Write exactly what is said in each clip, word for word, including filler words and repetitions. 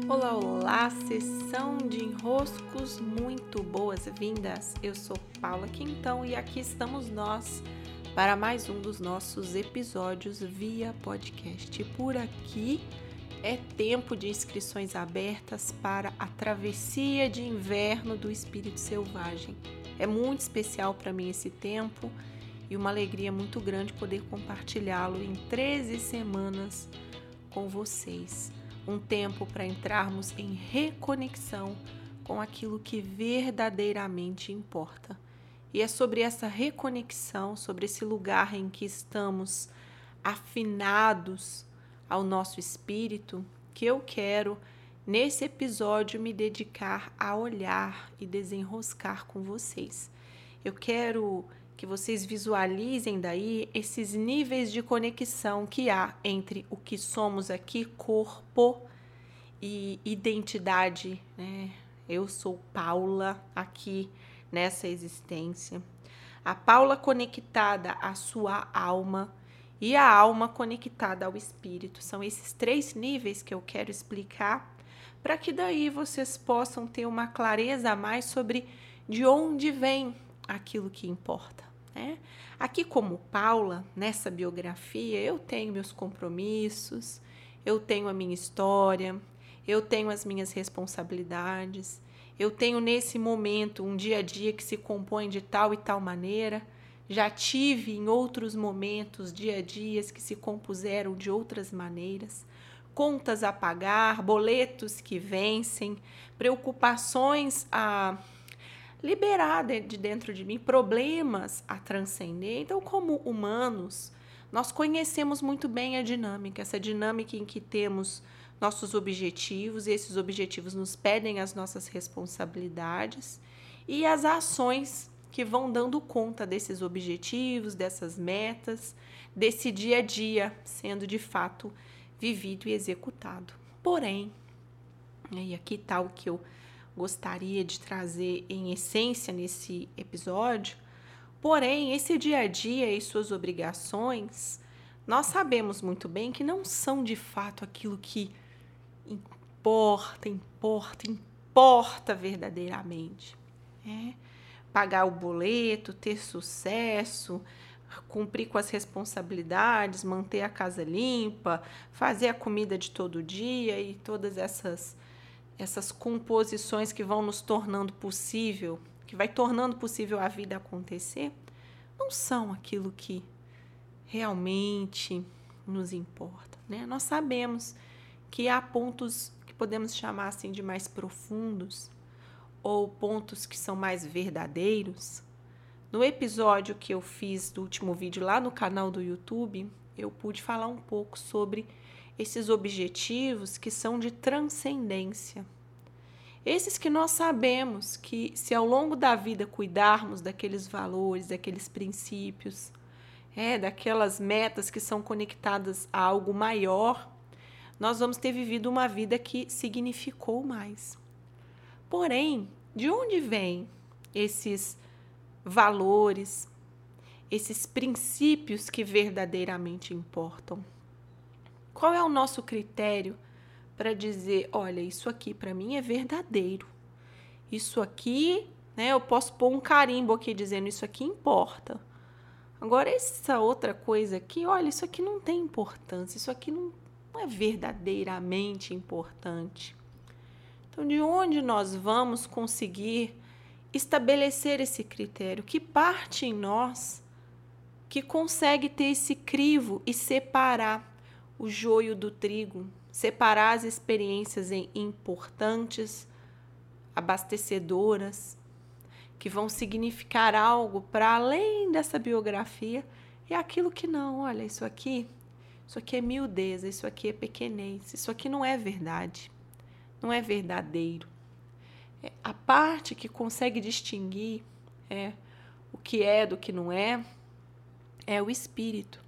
Olá, olá, sessão de enroscos, muito boas-vindas. Eu sou Paula Quintão e aqui estamos nós para mais um dos nossos episódios via podcast. Por aqui é tempo de inscrições abertas para a travessia de inverno do espírito selvagem. É muito especial para mim esse tempo e uma alegria muito grande poder compartilhá-lo em treze semanas com vocês. Um tempo para entrarmos em reconexão com aquilo que verdadeiramente importa. E é sobre essa reconexão, sobre esse lugar em que estamos afinados ao nosso espírito, que eu quero, nesse episódio, me dedicar a olhar e desenroscar com vocês. Eu quero que vocês visualizem daí esses níveis de conexão que há entre o que somos aqui, corpo e identidade, né? Eu sou Paula aqui nessa existência. A Paula conectada à sua alma e a alma conectada ao espírito. São esses três níveis que eu quero explicar para que daí vocês possam ter uma clareza a mais sobre de onde vem aquilo que importa. Né? Aqui como Paula, nessa biografia, eu tenho meus compromissos, eu tenho a minha história, eu tenho as minhas responsabilidades, eu tenho nesse momento um dia a dia que se compõe de tal e tal maneira, já tive em outros momentos dia a dias que se compuseram de outras maneiras, contas a pagar, boletos que vencem, preocupações a liberar de dentro de mim, problemas a transcender. Então, como humanos, nós conhecemos muito bem a dinâmica, essa dinâmica em que temos nossos objetivos, e esses objetivos nos pedem as nossas responsabilidades e as ações que vão dando conta desses objetivos, dessas metas, desse dia a dia sendo de fato vivido e executado. Porém, e aqui está o que eu gostaria de trazer em essência nesse episódio, porém, esse dia a dia e suas obrigações, nós sabemos muito bem que não são de fato aquilo que importa, importa, importa verdadeiramente. É? Pagar o boleto, ter sucesso, cumprir com as responsabilidades, manter a casa limpa, fazer a comida de todo dia e todas essas essas composições que vão nos tornando possível, que vai tornando possível a vida acontecer, não são aquilo que realmente nos importa, né? Nós sabemos que há pontos que podemos chamar assim de mais profundos ou pontos que são mais verdadeiros. No episódio que eu fiz do último vídeo lá no canal do YouTube, eu pude falar um pouco sobre esses objetivos que são de transcendência. Esses que nós sabemos que, se ao longo da vida cuidarmos daqueles valores, daqueles princípios, é, daquelas metas que são conectadas a algo maior, nós vamos ter vivido uma vida que significou mais. Porém, de onde vêm esses valores, esses princípios que verdadeiramente importam? Qual é o nosso critério para dizer, olha, isso aqui para mim é verdadeiro. Isso aqui, né, eu posso pôr um carimbo aqui dizendo isso aqui importa. Agora, essa outra coisa aqui, olha, isso aqui não tem importância, isso aqui não, não é verdadeiramente importante. Então, de onde nós vamos conseguir estabelecer esse critério? Que parte em nós que consegue ter esse crivo e separar o joio do trigo, separar as experiências em importantes, abastecedoras, que vão significar algo para além dessa biografia, e aquilo que não, olha, isso aqui, isso aqui é miudeza, isso aqui é pequenez, isso aqui não é verdade, não é verdadeiro. É, a parte que consegue distinguir é, o que é do que não é, é o espírito.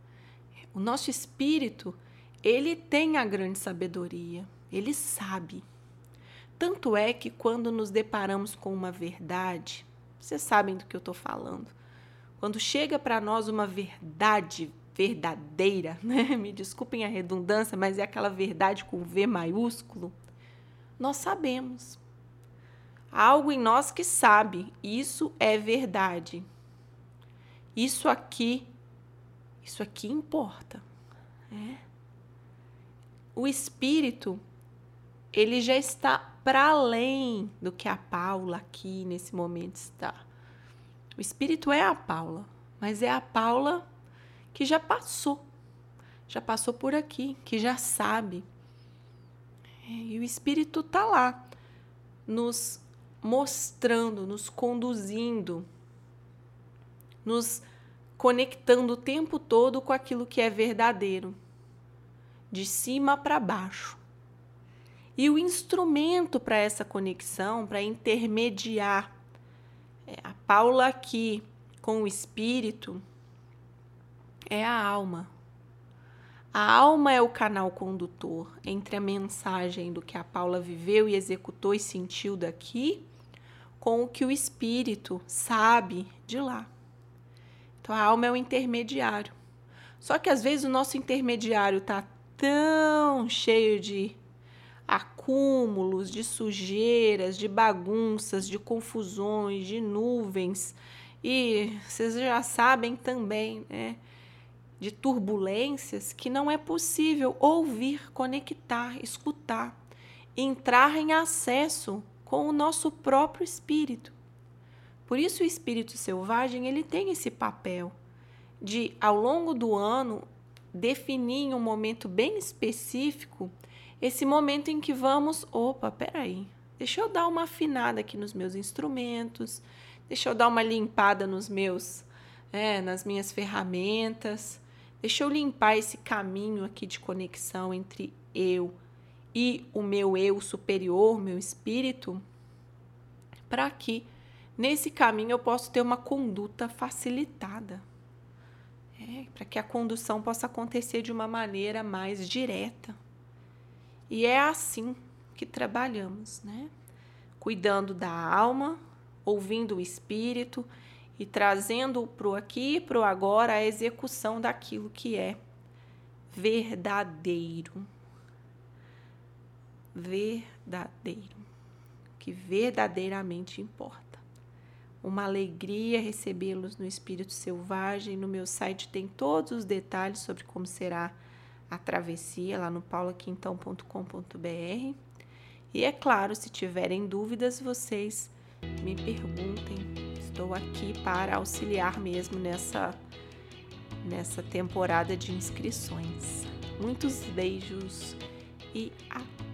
O nosso espírito, ele tem a grande sabedoria, ele sabe. Tanto é que quando nos deparamos com uma verdade, vocês sabem do que eu estou falando, quando chega para nós uma verdade verdadeira, né? Me desculpem a redundância, mas é aquela verdade com V maiúsculo, nós sabemos. Há algo em nós que sabe, isso é verdade. Isso aqui, isso aqui importa. É. O espírito, ele já está para além do que a Paula aqui nesse momento está. O espírito é a Paula, mas é a Paula que já passou, já passou por aqui, que já sabe. E o espírito está lá, nos mostrando, nos conduzindo, nos conectando o tempo todo com aquilo que é verdadeiro, de cima para baixo. E o instrumento para essa conexão, para intermediar é, a Paula aqui com o espírito, é a alma. A alma é o canal condutor entre a mensagem do que a Paula viveu e executou e sentiu daqui, com o que o espírito sabe de lá. Então, a alma é o intermediário. Só que, às vezes, o nosso intermediário está tão cheio de acúmulos, de sujeiras, de bagunças, de confusões, de nuvens. E vocês já sabem também, né, de turbulências, que não é possível ouvir, conectar, escutar, entrar em acesso com o nosso próprio espírito. Por isso o espírito selvagem, ele tem esse papel de, ao longo do ano, definir em um momento bem específico esse momento em que vamos, opa, peraí, deixa eu dar uma afinada aqui nos meus instrumentos, deixa eu dar uma limpada nos meus, é, nas minhas ferramentas, deixa eu limpar esse caminho aqui de conexão entre eu e o meu eu superior, meu espírito, para que nesse caminho eu possa ter uma conduta facilitada, é, para que a condução possa acontecer de uma maneira mais direta. E é assim que trabalhamos, né? Cuidando da alma, ouvindo o espírito e trazendo para o aqui e para o agora a execução daquilo que é verdadeiro. Verdadeiro. Que verdadeiramente importa. Uma alegria recebê-los no Espírito Selvagem. No meu site tem todos os detalhes sobre como será a travessia, lá no paula quintão ponto com ponto b r. E é claro, se tiverem dúvidas, vocês me perguntem. Estou aqui para auxiliar mesmo nessa, nessa temporada de inscrições. Muitos beijos e até!